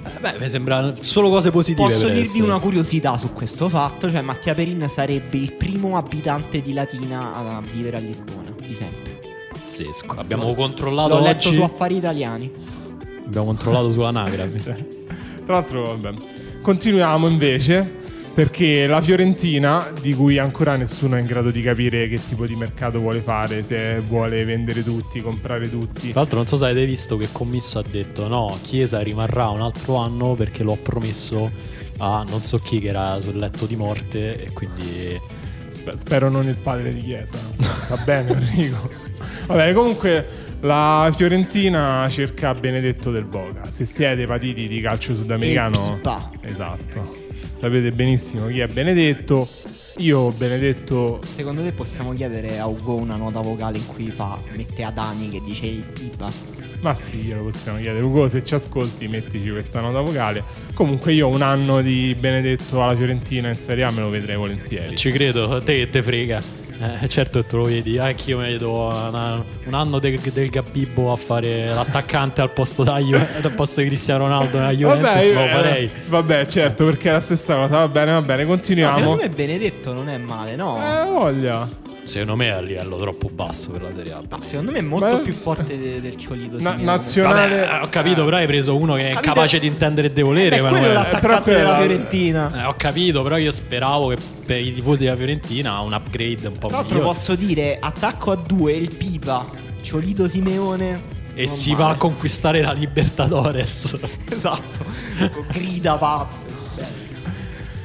Mi sembra solo cose positive. Posso dirvi una curiosità su questo fatto? Cioè, Mattia Perin sarebbe il primo abitante di Latina a vivere a Lisbona, di sempre. Pazzesco. Abbiamo controllato L'ho letto oggi su Affari Italiani. Abbiamo controllato sull'anagrafe. Tra l'altro, vabbè. Continuiamo invece, perché la Fiorentina, di cui ancora nessuno è in grado di capire che tipo di mercato vuole fare, se vuole vendere tutti, comprare tutti. Tra l'altro non so se avete visto che Commisso ha detto no, Chiesa rimarrà un altro anno perché l'ho promesso a non so chi che era sul letto di morte, e quindi spero non il padre di Chiesa. Va bene, Enrico. Va bene, comunque la Fiorentina cerca Benedetto Del Boca. Se siete patiti di calcio sudamericano, Pipa. esatto, sapete benissimo chi è Benedetto. Io Benedetto. Secondo te possiamo chiedere a Ugo una nota vocale in cui mette Adani che dice il Pipa? Ma sì, glielo possiamo chiedere. Ugo, se ci ascolti, mettici questa nota vocale. Comunque io un anno di Benedetto alla Fiorentina in Serie A me lo vedrei volentieri. ci credo, a te che te frega. Certo che tu lo vedi, anch'io mi vedo un anno del Gabibbo a fare l'attaccante al posto al posto di Cristiano Ronaldo nella Juventus, lo farei. Vabbè, certo, perché è la stessa cosa. Va bene, continuiamo. No, secondo me Benedetto non è male, no? Voglia. Secondo me è a livello troppo basso per la Serie A. No, secondo me è molto più forte del Ciolito Simeone. Nazionale. Vabbè, ho capito, però hai preso uno che è capace di intendere e di volere. Quello è l'attaccante della Fiorentina. Ho capito, però io speravo che per i tifosi della Fiorentina un upgrade un po' Tra l'altro migliore. posso dire, attacco a due, il Pipa, Ciolito Simeone. E si va a conquistare la Libertadores. Esatto. Grida pazzo.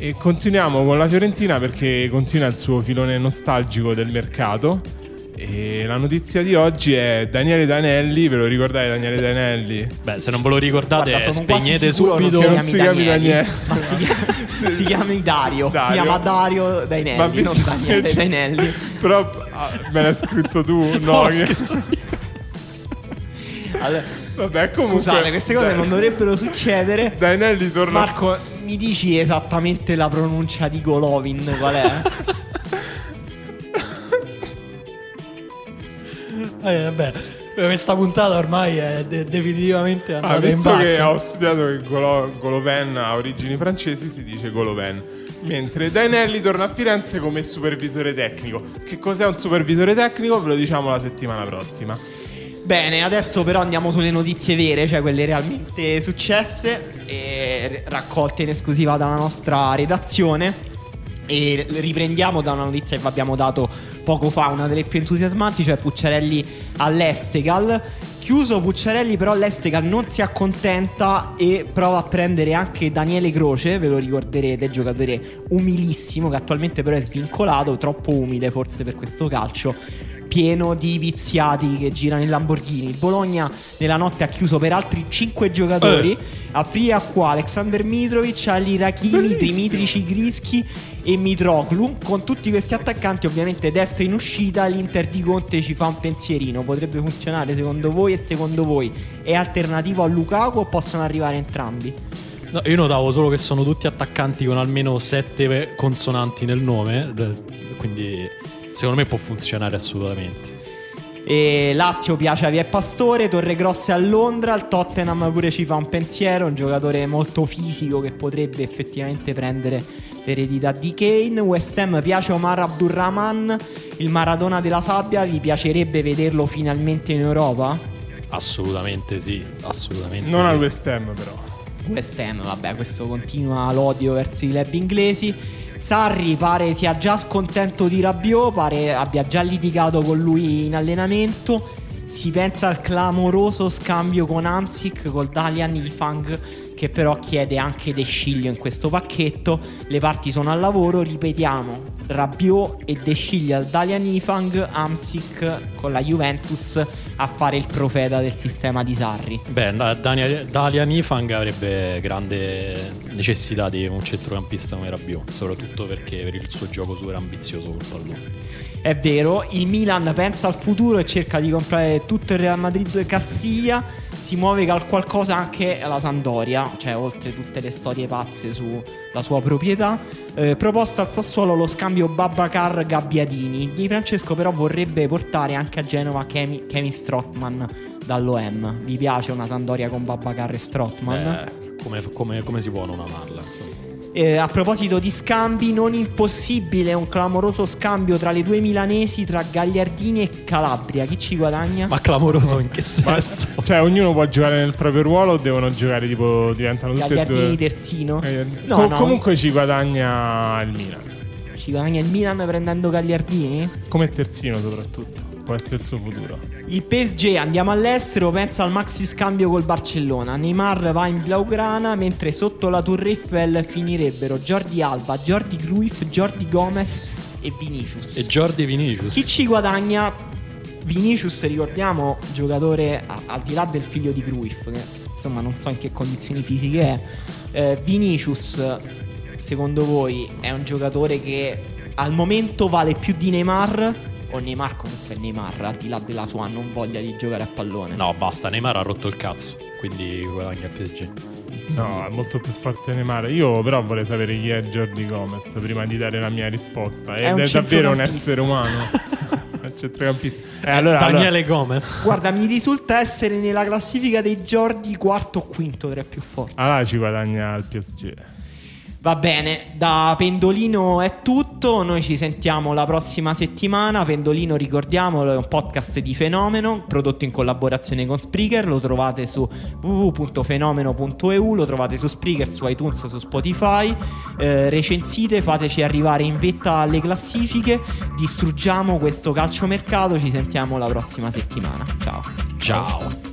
E continuiamo con la Fiorentina perché continua il suo filone nostalgico del mercato. E la notizia di oggi è Daniele Danelli. Ve lo ricordate Daniele Danelli? Beh, se non ve lo ricordate, Guarda, spegnete subito. Che non si chiami Daniele. Ma si chiami Dario. Si chiama Dario Danelli, Ma non Daniele Danelli. Però me l'hai scritto tu? No, scritto io. Allora, vabbè, comunque, scusate, queste cose non dovrebbero succedere. Danelli torna. Marco, mi dici esattamente la pronuncia di Golovin qual è? Vabbè, questa puntata ormai è definitivamente andata in visto che vacca. ho studiato che Golovin ha origini francesi, si dice Golovin. Mentre Danelli torna a Firenze come supervisore tecnico. Che cos'è un supervisore tecnico? Ve lo diciamo la settimana prossima. Bene, adesso però andiamo sulle notizie vere, cioè quelle realmente successe e raccolte in esclusiva dalla nostra redazione. E riprendiamo da una notizia che vi abbiamo dato poco fa, una delle più entusiasmanti, cioè Pucciarelli all'Estegal. Chiuso Pucciarelli, però l'Estegal non si accontenta e prova a prendere anche Daniele Croce, ve lo ricorderete, giocatore umilissimo che attualmente però è svincolato, troppo umile forse per questo calcio, pieno di viziati che girano in Lamborghini. Il Bologna nella notte ha chiuso per altri 5 giocatori, a Friacqua, Alexander Mitrovic, Ali Rakimi, Dimitri Cigrischi e Mitroglou. Con tutti questi attaccanti ovviamente destro in uscita, l'Inter di Conte ci fa un pensierino. Potrebbe funzionare secondo voi? E secondo voi è alternativo a Lukaku o possono arrivare entrambi? No, io notavo solo che sono tutti attaccanti con almeno 7 consonanti nel nome, quindi secondo me può funzionare assolutamente. E Lazio piace a Via Pastore, Torregrossa a Londra, il Tottenham pure ci fa un pensiero, un giocatore molto fisico che potrebbe effettivamente prendere l'eredità di Kane. West Ham piace Omar Abdurrahman, il Maradona della sabbia, vi piacerebbe vederlo finalmente in Europa? Assolutamente sì, assolutamente Non sì. al West Ham però. West Ham, vabbè, questo continua l'odio verso i club inglesi. Sarri pare sia già scontento di Rabiot, pare abbia già litigato con lui in allenamento. Si pensa al clamoroso scambio con Hamsik, col Dalian Ifang, che però chiede anche De Sciglio in questo pacchetto. Le parti sono al lavoro, ripetiamo, Rabiot e De Sciglio al Dalian Ifang, Hamsik con la Juventus a fare il profeta del sistema di Sarri. Beh, Dalian Ifang avrebbe grande necessità di un centrocampista come Rabiot, soprattutto perché per il suo gioco super ambizioso col pallone. È vero, il Milan pensa al futuro e cerca di comprare tutto il Real Madrid Castiglia. Si muove qualcosa anche la Sampdoria, cioè oltre tutte le storie pazze sulla sua proprietà. Proposta al Sassuolo lo scambio Babacar Gabbiadini. Di Francesco però vorrebbe portare anche a Genova Kevin Strootman dall'OM. Vi piace una Sampdoria con Babacar e Strootman? Come si può non amarla, insomma. A proposito di scambi, non impossibile un clamoroso scambio tra le due milanesi, tra Gagliardini e Calabria. Chi ci guadagna? Ma clamoroso in che senso? Cioè ognuno può giocare nel proprio ruolo o devono giocare tipo diventano tutte e Gagliardini due terzino? No, comunque ci guadagna il Milan. Ci guadagna il Milan prendendo Gagliardini? Come terzino soprattutto. Può essere il suo futuro. Il PSG, andiamo all'estero, pensa al maxi scambio col Barcellona. Neymar va in Blaugrana, mentre sotto la Tour Eiffel finirebbero Jordi Alba, Jordi Cruyff, Jordi Gomez e Vinicius. E Jordi Vinicius. Chi ci guadagna? Vinicius, ricordiamo, giocatore al di là del figlio di Cruyff, che insomma non so in che condizioni fisiche è. Vinicius, secondo voi, è un giocatore che al momento vale più di Neymar? O Neymar comunque è Neymar, al di là della sua non voglia di giocare a pallone? No, basta, Neymar ha rotto il cazzo, quindi guadagna il PSG. No, è molto più forte Neymar. Io però vorrei sapere chi è Jordi Gomez prima di dare la mia risposta. Ed è davvero un essere umano. È un centrocampista. Daniele Gomez. Guarda, mi risulta essere nella classifica dei Jordi quarto o quinto tra i più forti. Allora ci guadagna il PSG. Va bene, da Pendolino è tutto, noi ci sentiamo la prossima settimana. Pendolino, ricordiamolo, è un podcast di Fenomeno, prodotto in collaborazione con Spreaker. Lo trovate su www.fenomeno.eu, lo trovate su Spreaker, su iTunes, su Spotify. Recensite, fateci arrivare in vetta alle classifiche. Distruggiamo questo calciomercato, ci sentiamo la prossima settimana. Ciao. Ciao.